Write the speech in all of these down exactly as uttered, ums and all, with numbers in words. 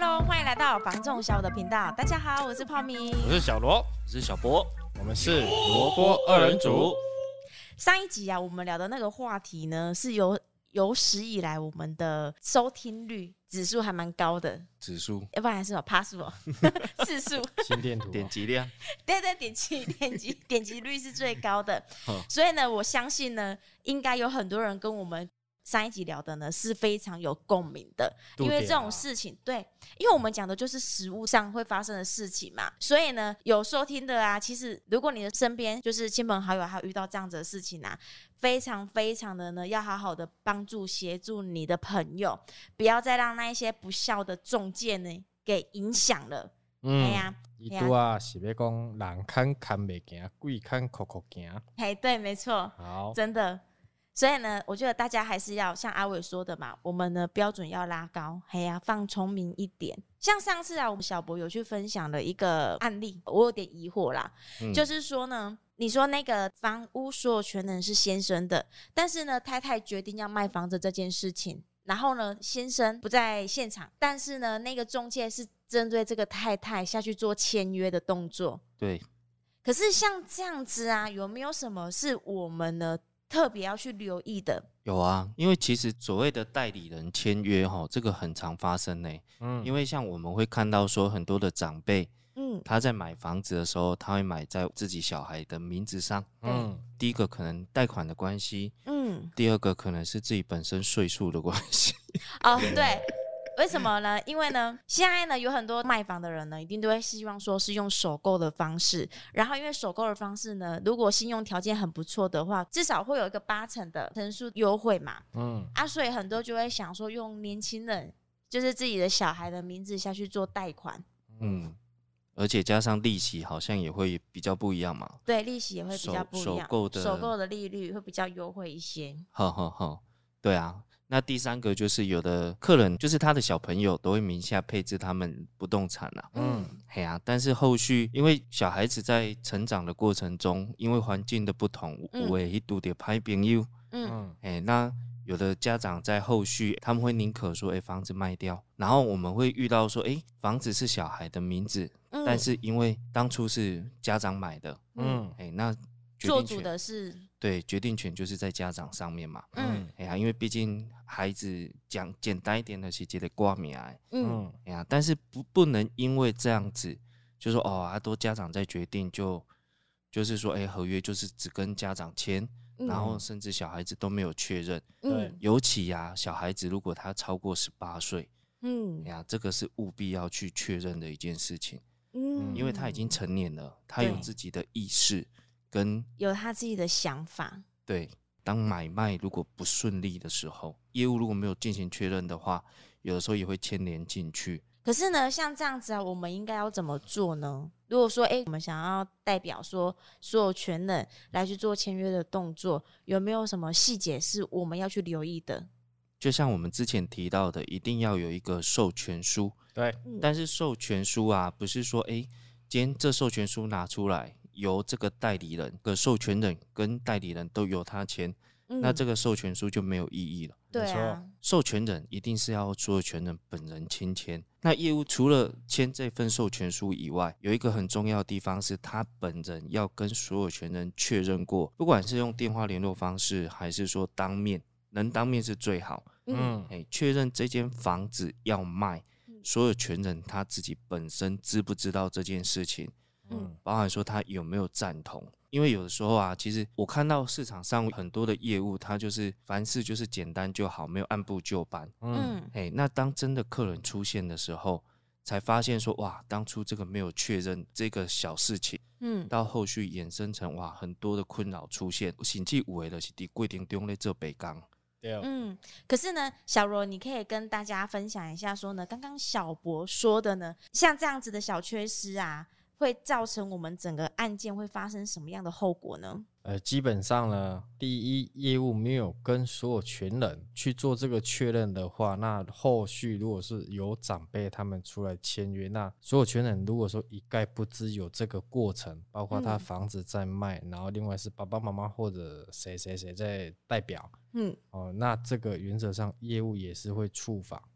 Hello， 欢迎来到房仲小我的频道。大家好，我是泡米， 我是小罗， 我是小博， 我们是萝卜二人组。 上一集啊，我们聊的那个话题呢，是有有史以来我们的收听率指数还蛮高的， 指数， 要不然是有趴数哦，次数、 心电图、 点击量， 对对，点击点击点击率是最高的。所以呢，我相信呢，应该有很多人跟我们上一集聊的呢是非常有共鸣的，因为这种事情，对，因为我们讲的就是实务上会发生的事情嘛，所以呢，有收听的啊，其实如果你的身边就是亲朋好友还有遇到这样子的事情啊，非常非常的呢，要好好的帮助协助你的朋友，不要再让那一些不孝的中介呢给影响了。嗯，哎呀， 伊拄啊是要讲人看看袂行，鬼看哭哭行。 嘿，对，没错， 好， 真的。所以呢，我觉得大家还是要像阿伟说的嘛，我们的标准要拉高，嘿呀、啊，放聪明一点。像上次啊，我们小博有去分享了一个案例，我有点疑惑啦，嗯、就是说呢，你说那个房屋所有权人是先生的，但是呢，太太决定要卖房子这件事情，然后呢，先生不在现场，但是呢，那个中介是针对这个太太下去做签约的动作。 对。 可是像这样子啊，有没有什么是我们呢？特别要去留意的？ 有啊，因为其实所谓的代理人签约齁，这个很常发生呢。嗯，因为像我们会看到说很多的长辈，嗯，他在买房子的时候，他会买在自己小孩的名字上。嗯，第一个可能贷款的关系，嗯，第二个可能是自己本身岁数的关系。 哦，对。为什么呢？因为呢，现在呢有很多卖房的人呢，一定都会希望说是用首购的方式。然后因为首购的方式呢，如果信用条件很不错的话，至少会有一个八成的成数优惠嘛。嗯，啊，所以很多就会想说用年轻人，就是自己的小孩的名字下去做贷款。嗯， 而且加上利息好像也会比较不一样嘛。 对，利息也会比较不一样。 首购的首购的利率会比较优惠一些。 呵呵呵，对啊。那第三个就是有的客人就是他的小朋友都会名下配置他们不动产啦、啊，嗯，嘿啊，但是后续因为小孩子在成长的过程中，因为环境的不同，有的去拄到歹朋友，嗯，哎，那有的家长在后续他们会宁可说，哎，房子卖掉，然后我们会遇到说，哎，房子是小孩的名字，嗯、但是因为当初是家长买的，嗯，哎，那做主的是。 对，决定权就是在家长上面嘛。嗯，哎呀，因为毕竟孩子讲简单一点的是这个挂名，嗯，哎呀，但是不不能因为这样子，就说哦，啊，都家长在决定，就就是说，哎，合约就是只跟家长签，嗯、然后甚至小孩子都没有确认。对，尤其呀、啊，小孩子如果他超过十八岁，嗯，哎呀，这个是务必要去确认的一件事情。嗯，因为他已经成年了，他有自己的意识。跟有他自己的想法。 对，当买卖如果不顺利的时候，业务如果没有进行确认的话，有的时候也会牵连进去。 可是呢，像这样子啊，我们应该要怎么做呢？如果说，哎，我们想要代表说所有权人来去做签约的动作，有没有什么细节是我们要去留意的？ 就像我们之前提到的，一定要有一个授权书。 对， 嗯、 但是授权书啊，不是说，哎，今天这授权书拿出来。由这个代理人、个授权人跟代理人都由他签、嗯，那这个授权书就没有意义了。 对啊， 授权人一定是要所有权人本人亲签。那业务除了签这份授权书以外，有一个很重要的地方是，他本人要跟所有权人确认过，不管是用电话联络方式，还是说当面，能当面是最好。嗯，哎，确认这间房子要卖，所有权人他自己本身知不知道这件事情？嗯，包含说他有没有赞同，因为有的时候啊，其实我看到市场上很多的业务，他就是凡事就是简单就好，没有按部就班。嗯，哎，那当真的客人出现的时候，才发现说哇，当初这个没有确认这个小事情，嗯，到后续衍生成哇很多的困扰出现，甚至有的就是在规定中在做白工。 嗯，可是呢，小罗，你可以跟大家分享一下说呢，刚刚小博说的呢，像这样子的小缺失啊。会造成我们整个案件会发生什么样的后果呢？ 呃，基本上呢，第一，业务没有跟所有权人去做这个确认的话，那后续如果是有长辈他们出来签约，那所有权人如果说一概不知有这个过程，包括他房子在卖，嗯、然后另外是爸爸妈妈或者谁谁谁在代表，嗯，哦，那这个原则上业务也是会触法。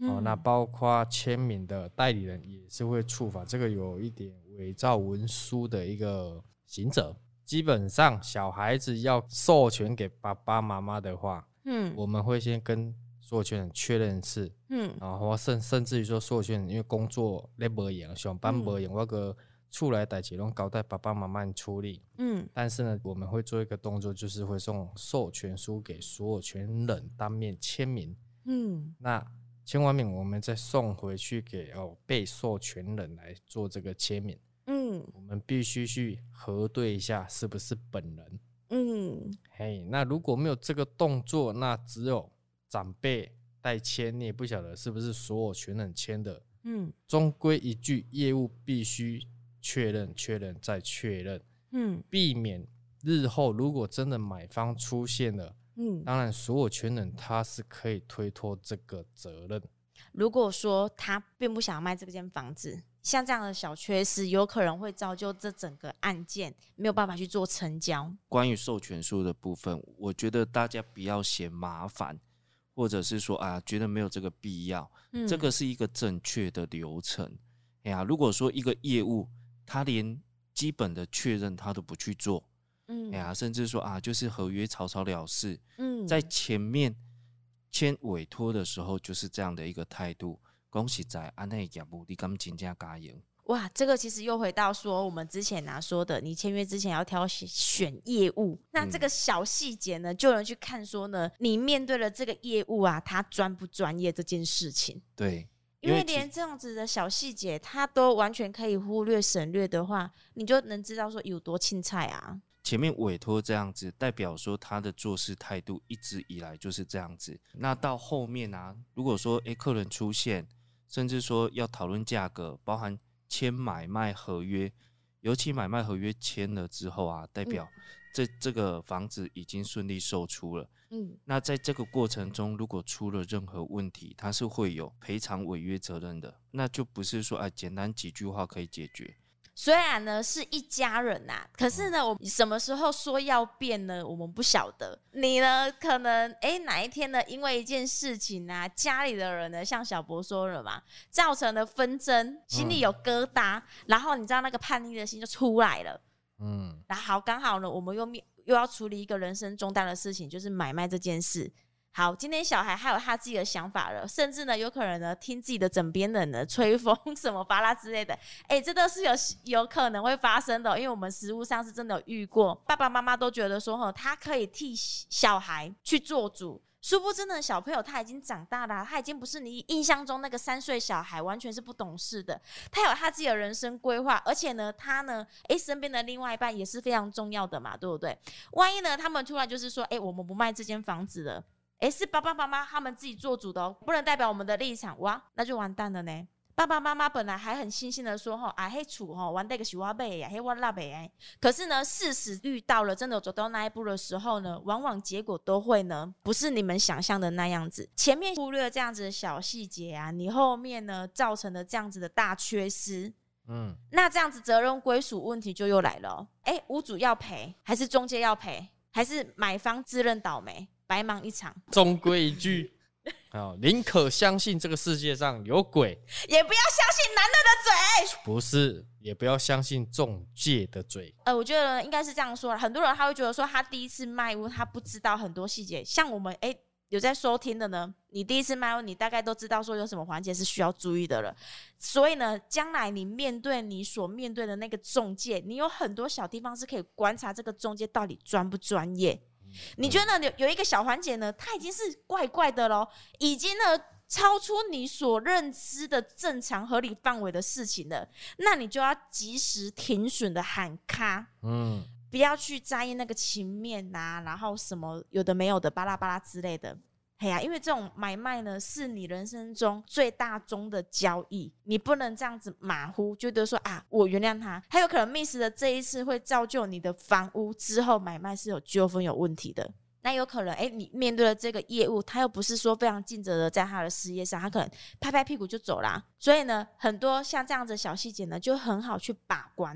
嗯哦、那包括签名的代理人也是会触法，这个有一点伪造文书的一个刑责。基本上小孩子要授权给爸爸妈妈的话，嗯，我们会先跟所有权人确认一次，嗯，然后甚甚至于说所有权人因为工作咧无闲，上班无闲，我个厝内代志拢交代爸爸妈妈处理，嗯，但是呢，我们会做一个动作，就是会送授权书给所有权人当面签名，嗯，那签完名我们再送回去给哦被授权人来做这个签名。嗯，我们必须去核对一下是不是本人。嗯，嘿，那如果没有这个动作，那只有长辈代签，你也不晓得是不是所有权人签的。嗯，终归一句，业务必须确认、确认再确认。嗯，避免日后如果真的买方出现了，嗯，当然所有权人他是可以推脱这个责任。 如果说他并不想卖这间房子，像这样的小缺失有可能会造就这整个案件没有办法去做成交。 关于授权书的部分，我觉得大家不要嫌麻烦，或者是说啊觉得没有这个必要、嗯、这个是一个正确的流程。哎呀，如果说一个业务他连基本的确认他都不去做，嗯，哎呀，甚至说啊就是合约草草了事，嗯，在前面签委托的时候就是这样的一个态度，恭喜在安内业务你敢真正加油。 哇，这个其实又回到说我们之前啊说的，你签约之前要挑选业务，那这个小细节呢、嗯、就能去看说呢你面对了这个业务啊他专不专业这件事情。 对， 因为连这样子的小细节他都完全可以忽略省略的话，你就能知道说有多青菜啊。 前面委托这样子代表说他的做事态度一直以来就是这样子，那到后面啊如果说诶客人出现，甚至说要讨论价格，包含签买卖合约，尤其买卖合约签了之后啊代表这、嗯、这个房子已经顺利售出了，嗯，那在这个过程中如果出了任何问题，它是会有赔偿违约责任的，那就不是说、啊、简单几句话可以解决。 虽然呢是一家人啊，可是呢我什么时候说要变呢我们不晓得。你呢可能哎哪一天呢因为一件事情啊家里的人呢像小博说了嘛，造成了纷争，心里有疙瘩、嗯、然后你知道那个叛逆的心就出来了，嗯，然后好刚好呢我们又又要处理一个人生重大的事情，就是买卖这件事。好，今天小孩还有他自己的想法了，甚至呢有可能呢听自己的枕边人呢吹风什么巴拉之类的，哎，这都是有有可能会发生的、哦、因为我们实务上是真的有遇过，爸爸妈妈都觉得说、哦、他可以替小孩去做主，殊不知呢小朋友他已经长大了、啊、他已经不是你印象中那个三岁小孩，完全是不懂事的，他有他自己的人生规划，而且呢他呢哎身边的另外一半也是非常重要的嘛，对不对？万一呢他们突然就是说哎我们不卖这间房子了，哎，是爸爸妈妈他们自己做主的哦，不能代表我们的立场，哇，那就完蛋了呢。爸爸妈妈本来还很悻悻的说吼啊迄厝吼完那个是我买的，迄我拉的哎，可是呢事实遇到了真的走到那一步的时候呢，往往结果都会呢不是你们想象的那样子。前面忽略这样子的小细节啊，你后面呢造成了这样子的大缺失，嗯，那这样子责任归属问题就又来了、哦。哎，屋主要赔，还是中介要赔，还是买方自认倒霉？白忙一场。 终归一句，宁可相信这个世界上有鬼， 也不要相信男人的嘴。 不是，也不要相信中介的嘴。 呃，我觉得应该是这样说，很多人他会觉得说，他第一次卖屋，他不知道很多细节。像我们哎有在收听的呢，你第一次卖屋，你大概都知道说有什么环节是需要注意的了。所以呢，将来你面对你所面对的那个中介，你有很多小地方是可以观察这个中介到底专不专业。你觉得呢？有一个小环节呢，它已经是怪怪的咯，已经呢超出你所认知的正常合理范围的事情了，那你就要及时停损的喊卡，嗯，不要去在意那个情面啊，然后什么有的没有的巴拉巴拉之类的。嘿呀、啊，因为这种买卖呢，是你人生中最大宗的交易，你不能这样子马虎，觉得说啊，我原谅他，还有可能 miss 的这一次会造就你的房屋之后买卖是有纠纷有问题的。那有可能，哎，你面对了这个业务，他又不是说非常尽责的在他的事业上，他可能拍拍屁股就走啦。所以呢，很多像这样子的小细节呢，就很好去把关了。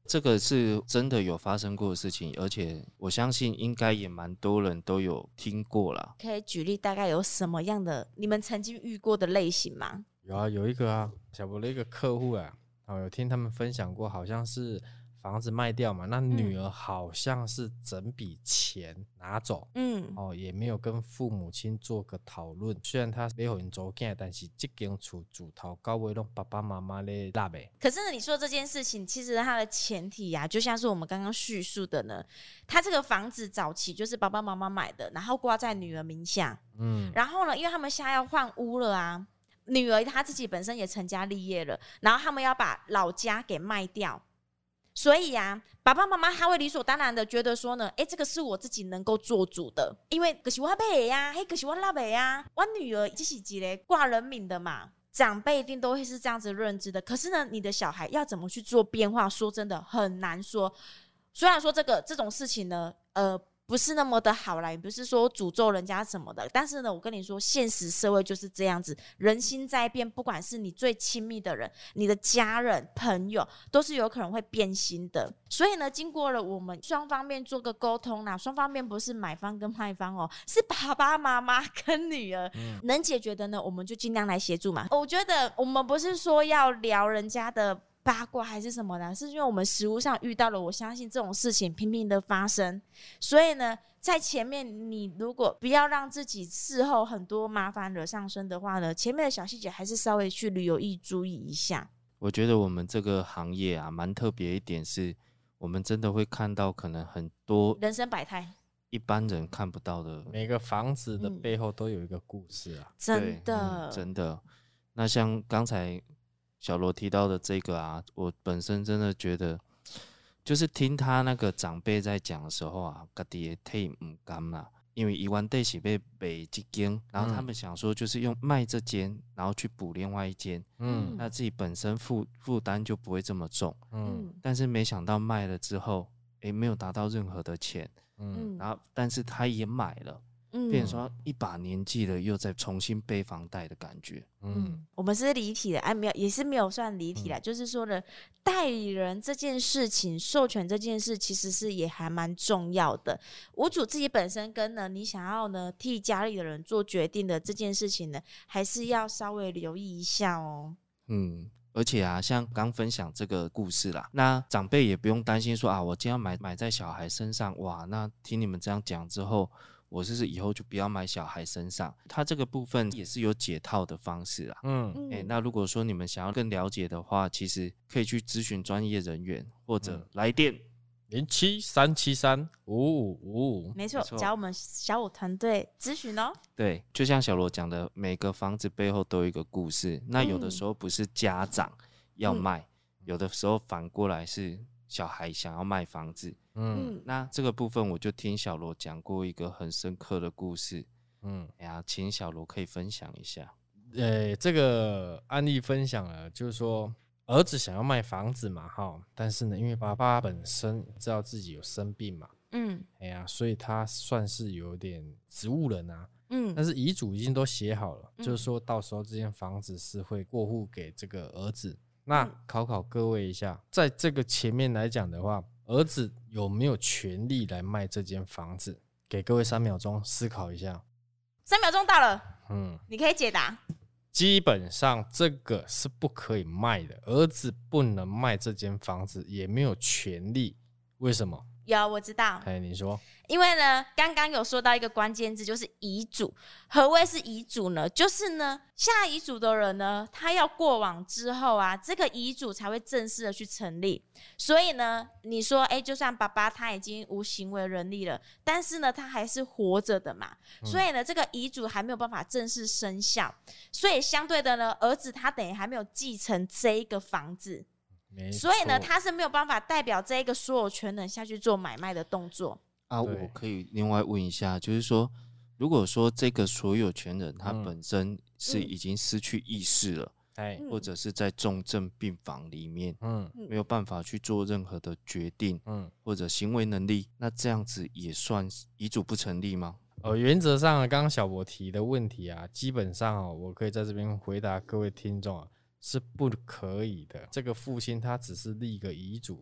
这个是真的有发生过的事情，而且我相信应该也蛮多人都有听过啦。 可以举例大概有什么样的你们曾经遇过的类型吗？ 有啊，有一个啊，小博的一个客户啊，哦，有听他们分享过，好像是房子卖掉嘛，那女儿好像是整笔钱拿走，嗯，哦，也没有跟父母亲做个讨论。虽然他要给人做囝，但是这间厝主头到尾拢爸爸妈妈咧纳的。 可是呢，你说这件事情，其实它的前提啊，就像是我们刚刚叙述的呢，他这个房子早期就是爸爸妈妈买的，然后挂在女儿名下，嗯，然后呢，因为他们现在要换屋了啊，女儿她自己本身也成家立业了，然后他们要把老家给卖掉。所以啊，爸爸妈妈他会理所当然的觉得说呢，哎，这个是我自己能够做主的，因为可是我买的呀，嘿，可是我拿的呀，我女儿这是一个挂人名的嘛，长辈一定都会是这样子认知的。可是呢，你的小孩要怎么去做变化，说真的很难说。虽然说这个这种事情呢，呃。不是那么的好啦，也不是说诅咒人家什么的，但是呢，我跟你说，现实社会就是这样子，人心在变，不管是你最亲密的人、你的家人、朋友，都是有可能会变心的。所以呢，经过了我们双方面做个沟通啦，双方面不是买方跟卖方哦，是爸爸妈妈跟女儿、嗯、能解决的呢，我们就尽量来协助嘛。我觉得我们不是说要聊人家的八卦还是什么的，是因为我们实务上遇到了，我相信这种事情频频的发生，所以呢，在前面你如果不要让自己事后很多麻烦惹上身的话呢，前面的小细节还是稍微去留意注意一下。 我觉得我们这个行业啊，蛮特别一点是，我们真的会看到可能很多人生百态， 一般人看不到的。 每个房子的背后都有一个故事啊， 嗯、真的、 嗯，真的。那像刚才小罗提到的这个啊，我本身真的觉得，就是听他那个长辈在讲的时候啊，自己的体不甘啦，因为以往底是被卖这间，然后他们想说就是用卖这间，然后去补另外一间，嗯，那自己本身负负担就不会这么重，嗯，但是没想到卖了之后，哎，没有拿到任何的钱，嗯，然后但是他也买了。变成说一把年纪了，又再重新背房贷的感觉。 嗯，我们是离题的，哎，没有，也是没有算离题啦、嗯。就是说呢，代理人这件事情，授权这件事，其实是也还蛮重要的。屋主自己本身跟呢，你想要呢替家里的人做决定的这件事情呢，还是要稍微留意一下哦。 嗯。而且啊，像刚分享这个故事啦，那长辈也不用担心说啊，我今天要买买在小孩身上，哇，那听你们这样讲之后。我是不是以后就不要买小孩身上？他这个部分也是有解套的方式啦。嗯，欸、那如果说你们想要更了解的话，其实可以去咨询专业人员或者来电零七三七三五五五五。 没错，找我们小五团队咨询哦。 对，就像小罗讲的，每个房子背后都有一个故事。那有的时候不是家长要卖，嗯、有的时候反过来是小孩想要卖房子。嗯，那这个部分我就听小罗讲过一个很深刻的故事，嗯，哎呀，请小罗可以分享一下。 呃，这个案例分享了，就是说儿子想要卖房子嘛，哈，但是呢，因为爸爸本身知道自己有生病嘛，嗯，哎呀，所以他算是有点植物人啊，嗯，但是遗嘱已经都写好了，嗯、就是说到时候这间房子是会过户给这个儿子。那考考各位一下，在这个前面来讲的话。儿子有没有权利来卖这间房子？给各位三秒钟思考一下。 三秒钟到了，嗯，你可以解答。 基本上这个是不可以卖的，儿子不能卖这间房子，也没有权利。为什么？ 有，我知道。 哎，你说。 因为呢，刚刚有说到一个关键字，就是遗嘱。何谓是遗嘱呢？就是呢，下遗嘱的人呢，他要过往之后啊，这个遗嘱才会正式的去成立。所以呢，你说，哎，就算爸爸他已经无行为能力了，但是呢，他还是活着的嘛。嗯、所以呢，这个遗嘱还没有办法正式生效。所以相对的呢，儿子他等于还没有继承这一个房子。所以呢，他是没有办法代表这一个所有权人下去做买卖的动作啊。我可以另外问一下，就是说，如果说这个所有权人他本身是已经失去意识了，嗯、或者是在重症病房里面，嗯，没有办法去做任何的决定，嗯，或者行为能力，那这样子也算遗嘱不成立吗？ 呃，原则上，刚刚小博提的问题啊，基本上哦，我可以在这边回答各位听众啊。是不可以的。这个父亲他只是立个遗嘱，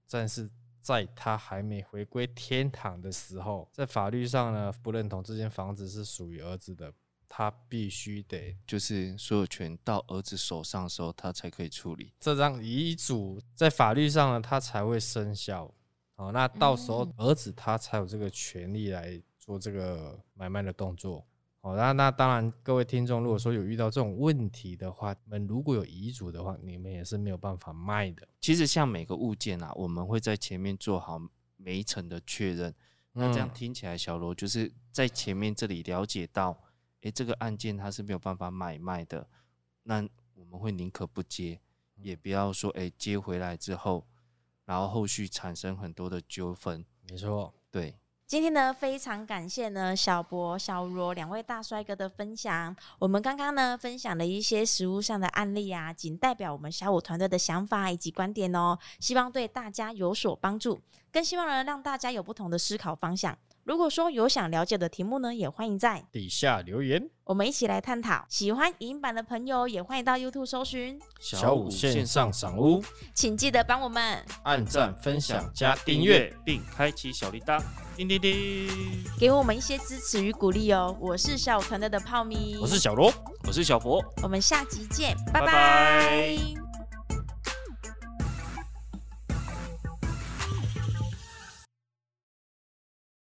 但是在他还没回归天堂的时候，在法律上呢不认同这间房子是属于儿子的，他必须得就是所有权到儿子手上的时候，他才可以处理这张遗嘱，在法律上呢他才会生效。哦，那到时候儿子他才有这个权利来做这个买卖的动作。哦，那那当然，各位听众，如果说有遇到这种问题的话，你们如果有遗嘱的话，你们也是没有办法卖的。 其实像每个物件啊，我们会在前面做好每一层的确认。那这样听起来，小罗就是在前面这里了解到，哎，这个案件它是没有办法买卖的，那我们会宁可不接，也不要说，哎，接回来之后，然后后续产生很多的纠纷。 没错， 对。 今天呢，非常感谢呢小博、小罗两位大帅哥的分享。我们刚刚呢分享了一些实务上的案例啊，仅代表我们小五团队的想法以及观点哦，希望对大家有所帮助，更希望呢让大家有不同的思考方向。如果说有想了解的题目呢，也欢迎在底下留言， 我们一起来探讨。喜欢影音版的朋友，也欢迎到 YouTube 搜寻小五线上赏屋， 请记得帮我们按赞、分享、加订订阅。 阅，并开启小铃铛，叮叮叮。 给我们一些支持与鼓励哦。我是小五团队的泡咪， 我是小罗， 我是小博。 我们下集见，拜拜拜。 拜